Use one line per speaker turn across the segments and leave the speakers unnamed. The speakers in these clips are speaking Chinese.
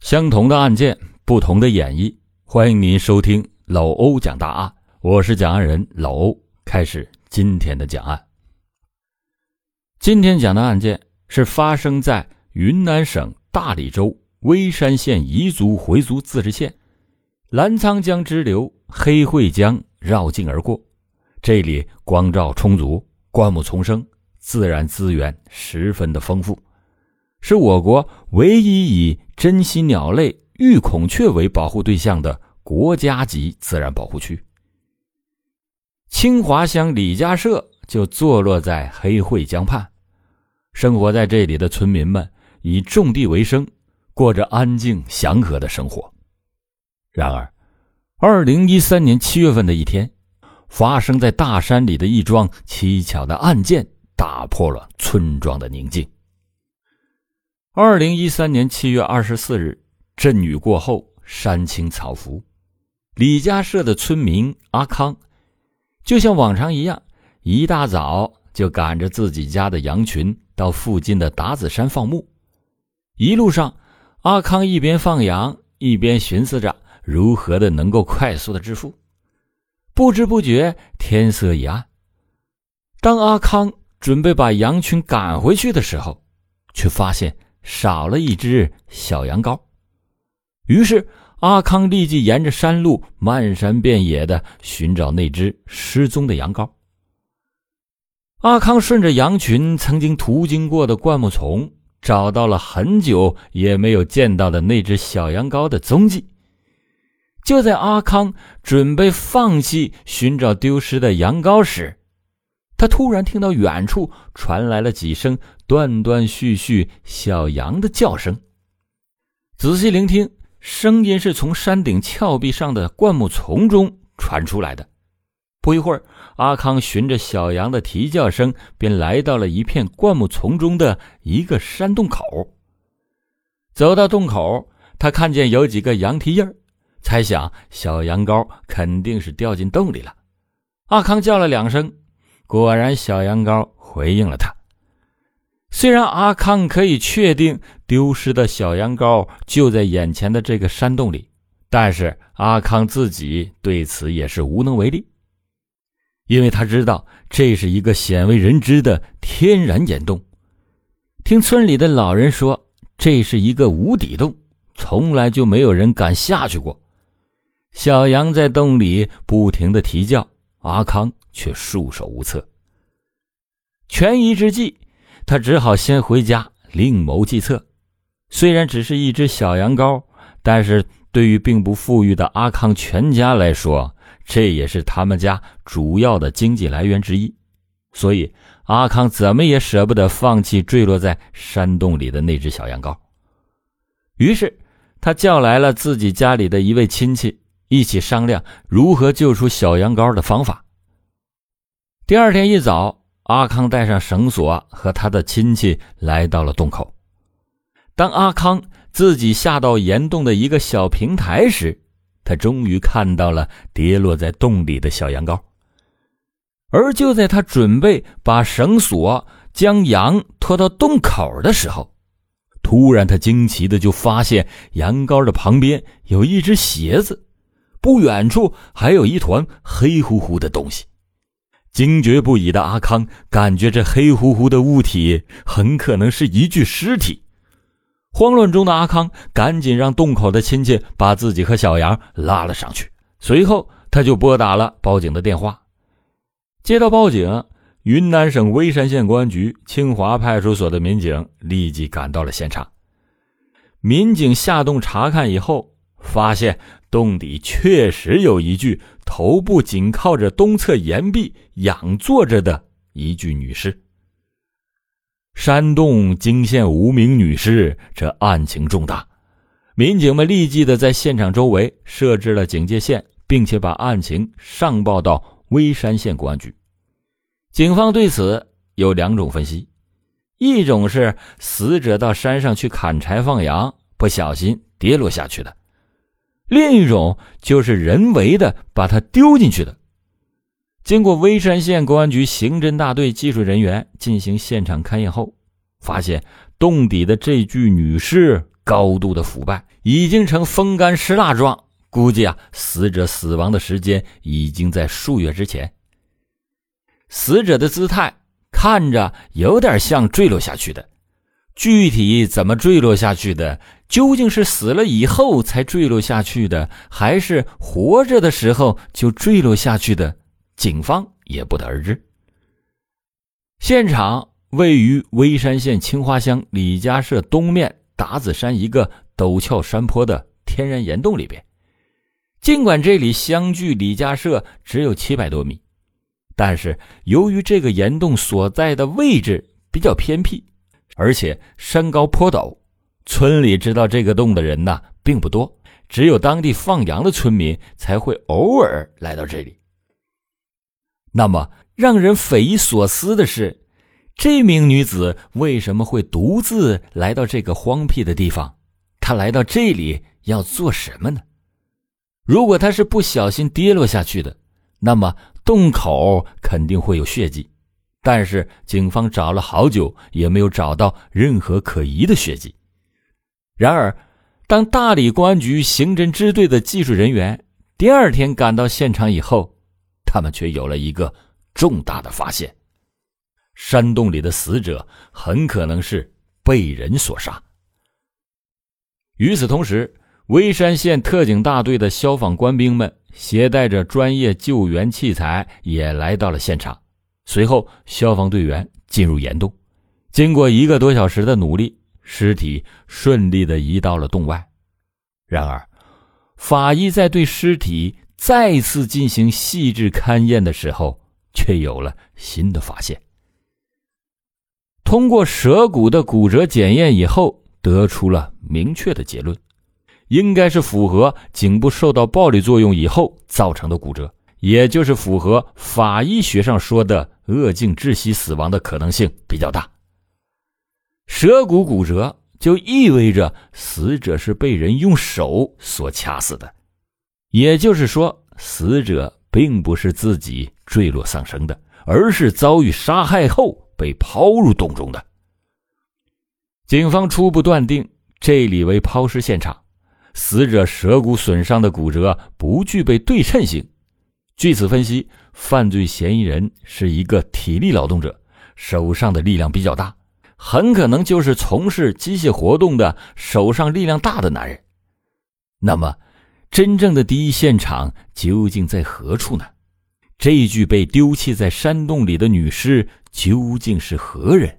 相同的案件，不同的演绎，欢迎您收听老欧讲大案，我是讲案人老欧，开始今天的讲案。今天讲的案件是发生在云南省大理州微山县彝族回族自治县，澜沧江支流黑会江绕境而过，这里光照充足，灌木丛生，自然资源十分的丰富，是我国唯一以珍稀鸟类玉孔雀为保护对象的国家级自然保护区。清华乡李家社就坐落在黑会江畔，生活在这里的村民们以种地为生，过着安静祥和的生活。然而2013年7月份的一天，发生在大山里的一桩蹊跷的案件打破了村庄的宁静。2013年7月24日，阵雨过后，山青草拂，李家社的村民阿康就像往常一样，一大早就赶着自己家的羊群到附近的达子山放牧。一路上，阿康一边放羊，一边寻思着如何的能够快速的致富。不知不觉，天色已暗。当阿康准备把羊群赶回去的时候，却发现少了一只小羊羔。于是阿康立即沿着山路漫山遍野的寻找那只失踪的羊羔。阿康顺着羊群曾经途经过的灌木丛，找到了很久也没有见到的那只小羊羔的踪迹。就在阿康准备放弃寻找丢失的羊羔时，他突然听到远处传来了几声断断续续小羊的叫声。仔细聆听，声音是从山顶峭壁上的灌木丛中传出来的。不一会儿，阿康循着小羊的啼叫声便来到了一片灌木丛中的一个山洞口。走到洞口，他看见有几个羊蹄印，猜想小羊羔肯定是掉进洞里了。阿康叫了2声，果然小羊羔回应了他。虽然阿康可以确定丢失的小羊羔就在眼前的这个山洞里，但是阿康自己对此也是无能为力，因为他知道这是一个鲜为人知的天然岩洞。听村里的老人说，这是一个无底洞，从来就没有人敢下去过。小羊在洞里不停地啼叫，阿康却束手无策。权宜之计，他只好先回家另谋计策。虽然只是一只小羊羔，但是对于并不富裕的阿康全家来说，这也是他们家主要的经济来源之一。所以阿康怎么也舍不得放弃坠落在山洞里的那只小羊羔。于是他叫来了自己家里的一位亲戚，一起商量如何救出小羊羔的方法。第二天一早，阿康带上绳索和他的亲戚来到了洞口。当阿康自己下到岩洞的一个小平台时，他终于看到了跌落在洞里的小羊羔。而就在他准备把绳索将羊拖到洞口的时候，突然他惊奇的就发现羊羔的旁边有一只鞋子，不远处还有一团黑乎乎的东西。惊觉不已的阿康感觉这黑乎乎的物体很可能是一具尸体。慌乱中的阿康赶紧让洞口的亲戚把自己和小羊拉了上去，随后他就拨打了报警的电话。接到报警，云南省微山县公安局清华派出所的民警立即赶到了现场。民警下洞查看以后，发现洞底确实有一具头部紧靠着东侧岩壁仰坐着的一具女尸。山洞惊现无名女尸，这案情重大。民警们立即的在现场周围设置了警戒线，并且把案情上报到微山县公安局。警方对此有2种分析，一种是死者到山上去砍柴放羊，不小心跌落下去的，另一种就是人为的把它丢进去的。经过微山县公安局刑侦大队技术人员进行现场勘验后，发现洞底的这具女尸高度的腐败，已经成风干湿蜡状，估计死者死亡的时间已经在数月之前。死者的姿态看着有点像坠落下去的，具体怎么坠落下去的，究竟是死了以后才坠落下去的，还是活着的时候就坠落下去的，警方也不得而知。现场位于微山县青花乡李家社东面达子山一个陡峭山坡的天然岩洞里边。尽管这里相距李家社只有700多米，但是由于这个岩洞所在的位置比较偏僻，而且山高坡陡，村里知道这个洞的人并不多，只有当地放羊的村民才会偶尔来到这里。那么让人匪夷所思的是，这名女子为什么会独自来到这个荒僻的地方？她来到这里要做什么呢？如果她是不小心跌落下去的，那么洞口肯定会有血迹，但是警方找了好久也没有找到任何可疑的血迹。然而当大理公安局刑侦支队的技术人员第二天赶到现场以后，他们却有了一个重大的发现，山洞里的死者很可能是被人所杀。与此同时，微山县特警大队的消防官兵们携带着专业救援器材也来到了现场。随后消防队员进入岩洞，经过1个多小时的努力，尸体顺利地移到了洞外。然而法医在对尸体再次进行细致勘验的时候，却有了新的发现。通过舌骨的骨折检验以后，得出了明确的结论，应该是符合颈部受到暴力作用以后造成的骨折，也就是符合法医学上说的恶性窒息死亡的可能性比较大。舌骨骨折就意味着死者是被人用手所掐死的，也就是说死者并不是自己坠落丧生的，而是遭遇杀害后被抛入洞中的。警方初步断定这里为抛尸现场，死者舌骨损伤的骨折不具备对称性。据此分析，犯罪嫌疑人是一个体力劳动者，手上的力量比较大，很可能就是从事机械活动的手上力量大的男人。那么真正的第一现场究竟在何处呢？这具被丢弃在山洞里的女尸究竟是何人？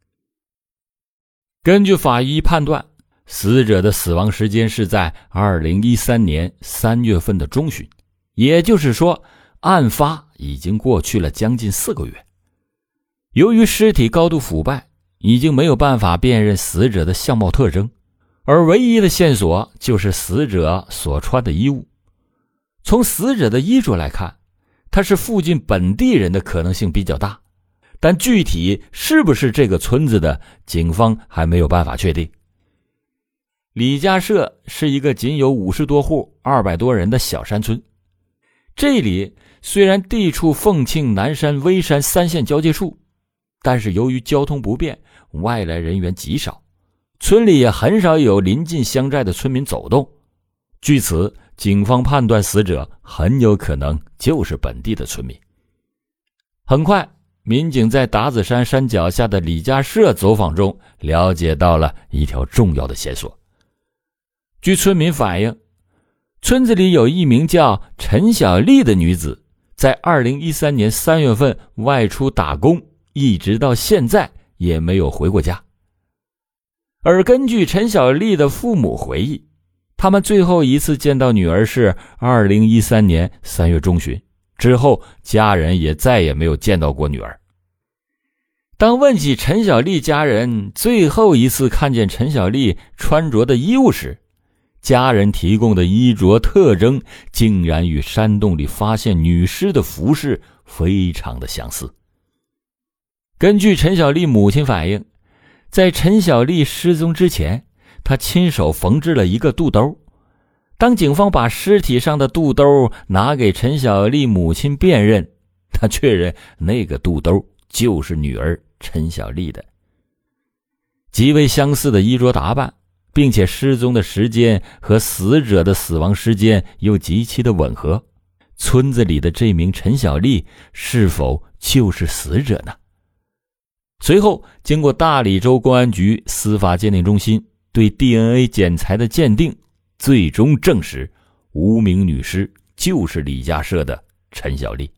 根据法医判断，死者的死亡时间是在2013年3月份的中旬，也就是说案发已经过去了将近4个月。由于尸体高度腐败，已经没有办法辨认死者的相貌特征，而唯一的线索就是死者所穿的衣物。从死者的衣着来看，他是附近本地人的可能性比较大，但具体是不是这个村子的，警方还没有办法确定。李家社是一个仅有50多户200多人的小山村，这里虽然地处凤庆、南山、微山3县交界处，但是由于交通不便，外来人员极少，村里也很少有邻近乡寨的村民走动。据此，警方判断死者很有可能就是本地的村民。很快，民警在达子山山脚下的李家社走访中了解到了一条重要的线索。据村民反映，村子里有一名叫陈小丽的女子，在2013年3月份外出打工，一直到现在也没有回过家。而根据陈小丽的父母回忆，他们最后一次见到女儿是2013年3月中旬，之后家人也再也没有见到过女儿。当问起陈小丽家人最后一次看见陈小丽穿着的衣物时，家人提供的衣着特征竟然与山洞里发现女尸的服饰非常的相似。根据陈小丽母亲反映，在陈小丽失踪之前，她亲手缝制了一个肚兜。当警方把尸体上的肚兜拿给陈小丽母亲辨认，她确认那个肚兜就是女儿陈小丽的。极为相似的衣着打扮， 并且失踪的时间和死者的死亡时间又极其的吻合，村子里的这名陈小丽是否就是死者呢？随后经过大理州公安局司法鉴定中心对 DNA 检材的鉴定，最终证实无名女尸就是李家社的陈小丽。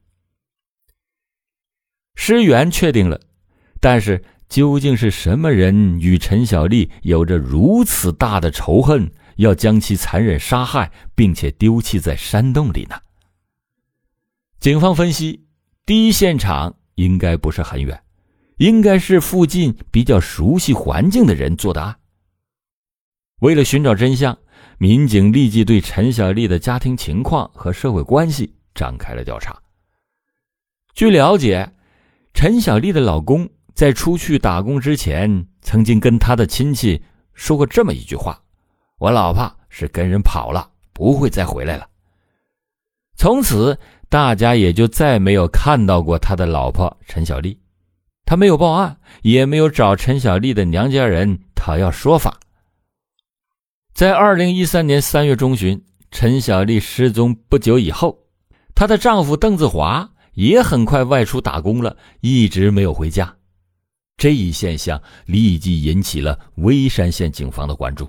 尸源确定了，但是究竟是什么人与陈小丽有着如此大的仇恨，要将其残忍杀害并且丢弃在山洞里呢？警方分析，第一现场应该不是很远，应该是附近比较熟悉环境的人做的案。为了寻找真相，民警立即对陈小丽的家庭情况和社会关系展开了调查。据了解，陈小丽的老公在出去打工之前，曾经跟他的亲戚说过这么一句话：我老婆是跟人跑了，不会再回来了。从此大家也就再没有看到过他的老婆陈小丽，他没有报案，也没有找陈小丽的娘家人讨要说法。在2013年3月中旬，陈小丽失踪不久以后，她的丈夫邓自华也很快外出打工了，一直没有回家。这一现象立即引起了微山县警方的关注。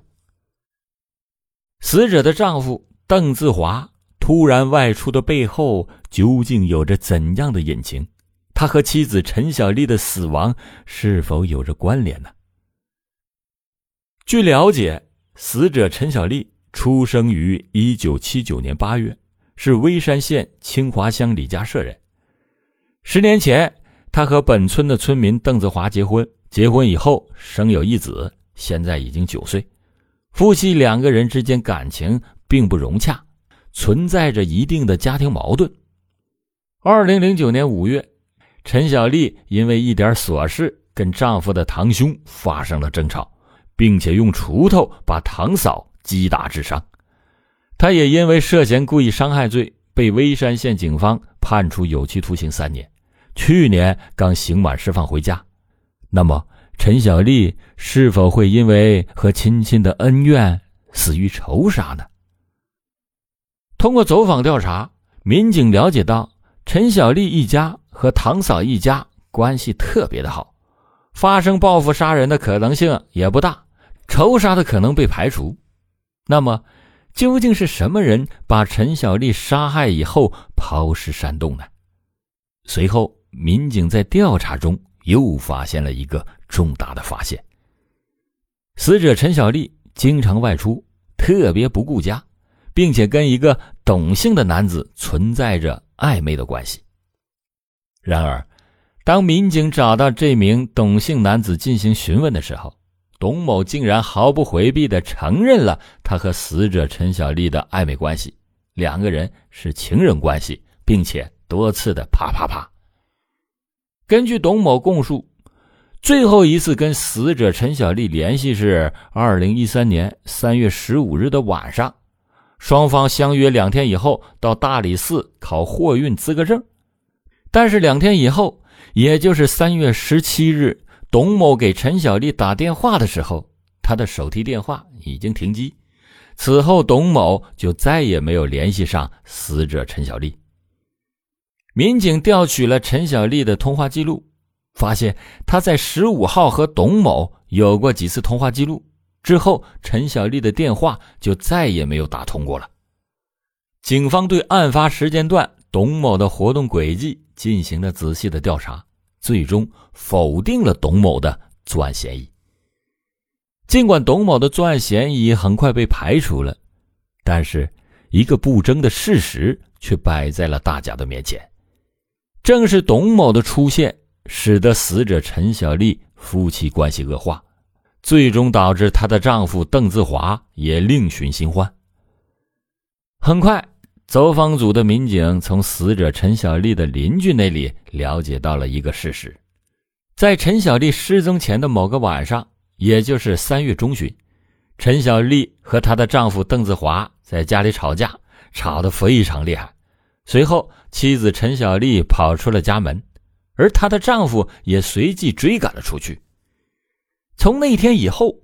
死者的丈夫邓自华突然外出的背后究竟有着怎样的隐情？他和妻子陈小丽的死亡是否有着关联呢？据了解，死者陈小丽出生于1979年8月，是微山县清华乡李家社人。10年前，他和本村的村民邓自华结婚，结婚以后生有一子，现在已经9岁。夫妻两个人之间感情并不融洽，存在着一定的家庭矛盾。2009年5月，陈小丽因为一点琐事跟丈夫的堂兄发生了争吵，并且用锄头把堂嫂击打致伤。她也因为涉嫌故意伤害罪被微山县警方判处有期徒刑3年，去年刚刑满释放回家。那么陈小丽是否会因为和亲戚的恩怨死于仇杀呢？通过走访调查，民警了解到陈小丽一家和堂嫂一家关系特别的好，发生报复杀人的可能性也不大，仇杀的可能被排除。那么究竟是什么人把陈小丽杀害以后抛尸山洞呢？随后民警在调查中又发现了一个重大的发现。死者陈小丽经常外出，特别不顾家，并且跟一个董姓的男子存在着暧昧的关系。然而当民警找到这名董姓男子进行询问的时候，董某竟然毫不回避地承认了他和死者陈小丽的暧昧关系，两个人是情人关系，并且多次的啪啪啪。根据董某供述，最后一次跟死者陈小丽联系是2013年3月15日的晚上，双方相约2天以后到大理寺考货运资格证。但是2天以后，也就是3月17日，董某给陈小丽打电话的时候，他的手提电话已经停机。此后董某就再也没有联系上死者陈小丽。民警调取了陈小丽的通话记录，发现她在15号和董某有过几次通话记录，之后陈小丽的电话就再也没有打通过了。警方对案发时间段董某的活动轨迹进行了仔细的调查，最终否定了董某的作案嫌疑。尽管董某的作案嫌疑很快被排除了，但是一个不争的事实却摆在了大家的面前。正是董某的出现，使得死者陈小丽夫妻关系恶化，最终导致她的丈夫邓自华也另寻新欢。很快，走访组的民警从死者陈小丽的邻居那里了解到了一个事实。在陈小丽失踪前的某个晚上，也就是3月中旬，陈小丽和她的丈夫邓自华在家里吵架，吵得非常厉害。随后妻子陈小丽跑出了家门，而她的丈夫也随即追赶了出去。从那天以后，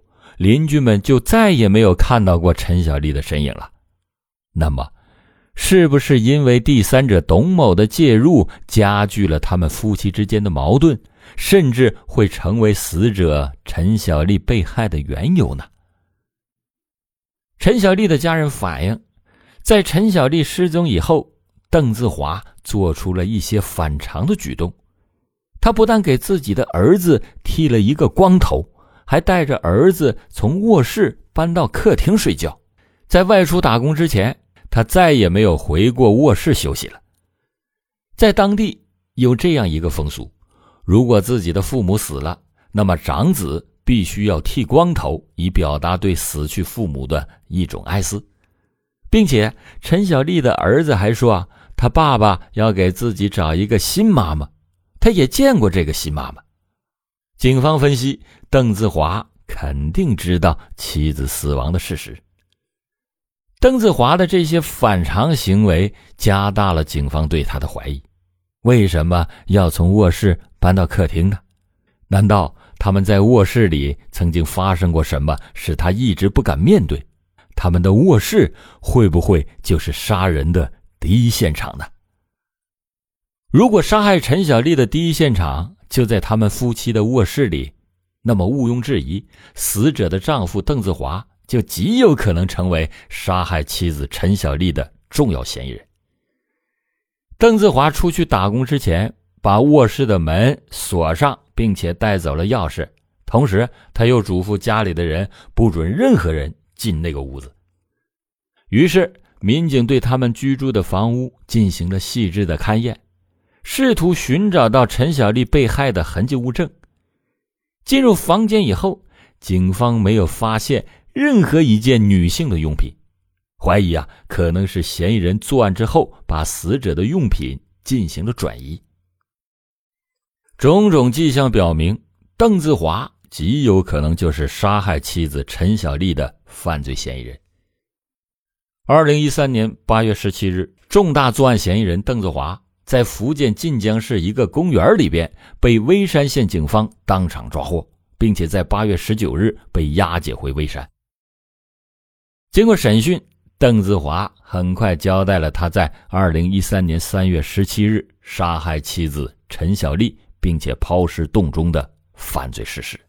邻居们就再也没有看到过陈小丽的身影了。那么是不是因为第三者董某的介入加剧了他们夫妻之间的矛盾，甚至会成为死者陈小丽被害的缘由呢？陈小丽的家人反映，在陈小丽失踪以后，邓自华做出了一些反常的举动。他不但给自己的儿子剃了一个光头，还带着儿子从卧室搬到客厅睡觉。在外出打工之前，他再也没有回过卧室休息了。在当地有这样一个风俗，如果自己的父母死了，那么长子必须要剃光头，以表达对死去父母的一种哀思。并且陈小丽的儿子还说他爸爸要给自己找一个新妈妈，他也见过这个新妈妈。警方分析，邓自华肯定知道妻子死亡的事实。邓自华的这些反常行为加大了警方对他的怀疑。为什么要从卧室搬到客厅呢？难道他们在卧室里曾经发生过什么使他一直不敢面对？他们的卧室会不会就是杀人的第一现场呢？如果杀害陈小丽的第一现场就在他们夫妻的卧室里，那么毋庸置疑，死者的丈夫邓自华就极有可能成为杀害妻子陈小丽的重要嫌疑人。邓自华出去打工之前，把卧室的门锁上，并且带走了钥匙，同时他又嘱咐家里的人不准任何人进那个屋子。于是民警对他们居住的房屋进行了细致的勘验，试图寻找到陈小丽被害的痕迹物证。进入房间以后，警方没有发现任何一件女性的用品，怀疑可能是嫌疑人作案之后把死者的用品进行了转移。种种迹象表明，邓自华极有可能就是杀害妻子陈小丽的犯罪嫌疑人。2013年8月17日，重大作案嫌疑人邓自华在福建晋江市一个公园里边被微山县警方当场抓获，并且在8月19日被押解回微山。经过审讯，邓自华很快交代了他在2013年3月17日杀害妻子陈小丽并且抛尸洞中的犯罪事实。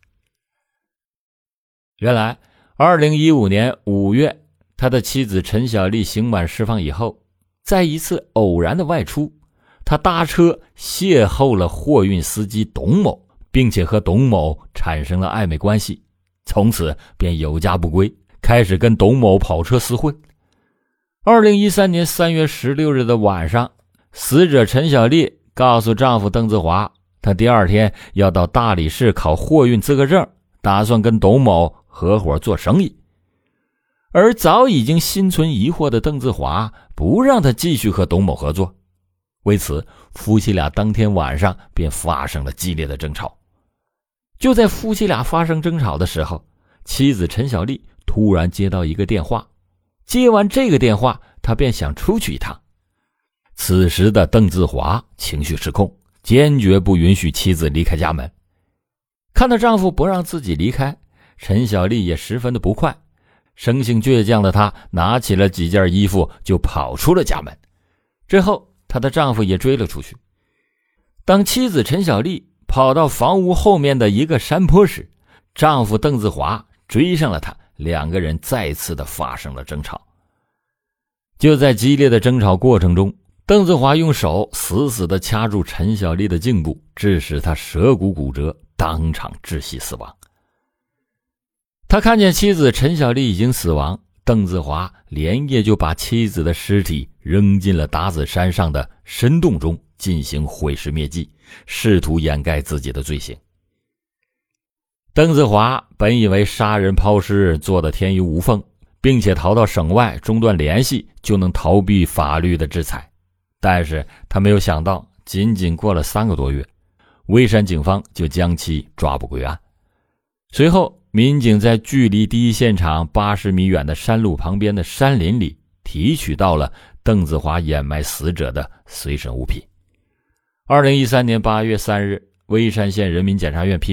原来2015年5月，他的妻子陈小丽刑满释放以后，在一次偶然的外出，他搭车邂逅了货运司机董某，并且和董某产生了暧昧关系，从此便有家不归，开始跟董某跑车厮混。2013年3月16日的晚上，死者陈小丽告诉丈夫邓自华，她第二天要到大理市考货运资格证，打算跟董某合伙做生意。而早已经心存疑惑的邓自华不让他继续和董某合作，为此夫妻俩当天晚上便发生了激烈的争吵。就在夫妻俩发生争吵的时候，妻子陈小丽突然接到一个电话，接完这个电话，她便想出去一趟。此时的邓自华情绪失控，坚决不允许妻子离开家门。看到丈夫不让自己离开，陈小丽也十分的不快，生性倔强的她拿起了几件衣服就跑出了家门。之后她的丈夫也追了出去。当妻子陈小丽跑到房屋后面的一个山坡时，丈夫邓自华追上了她，两个人再次的发生了争吵。就在激烈的争吵过程中，邓自华用手死死地掐住陈小丽的颈部，致使她舌骨骨折，当场窒息死亡。他看见妻子陈小丽已经死亡，邓自华连夜就把妻子的尸体扔进了达子山上的深洞中进行毁尸灭迹，试图掩盖自己的罪行。邓自华本以为杀人抛尸做得天衣无缝，并且逃到省外中断联系就能逃避法律的制裁，但是他没有想到仅仅过了3个多月，微山警方就将其抓捕归案。随后民警在距离第一现场80米远的山路旁边的山林里提取到了邓自华掩埋死者的随身物品。2013年8月3日，微山县人民检察院批准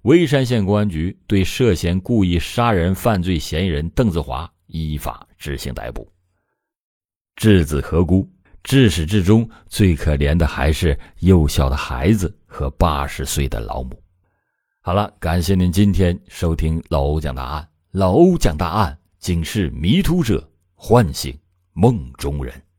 微山县公安局对涉嫌故意杀人犯罪嫌疑人邓子华依法执行逮捕。稚子何辜？至始至终，最可怜的还是幼小的孩子和80岁的老母。好了，感谢您今天收听老欧讲大案。老欧讲大案，警示迷途者，唤醒梦中人。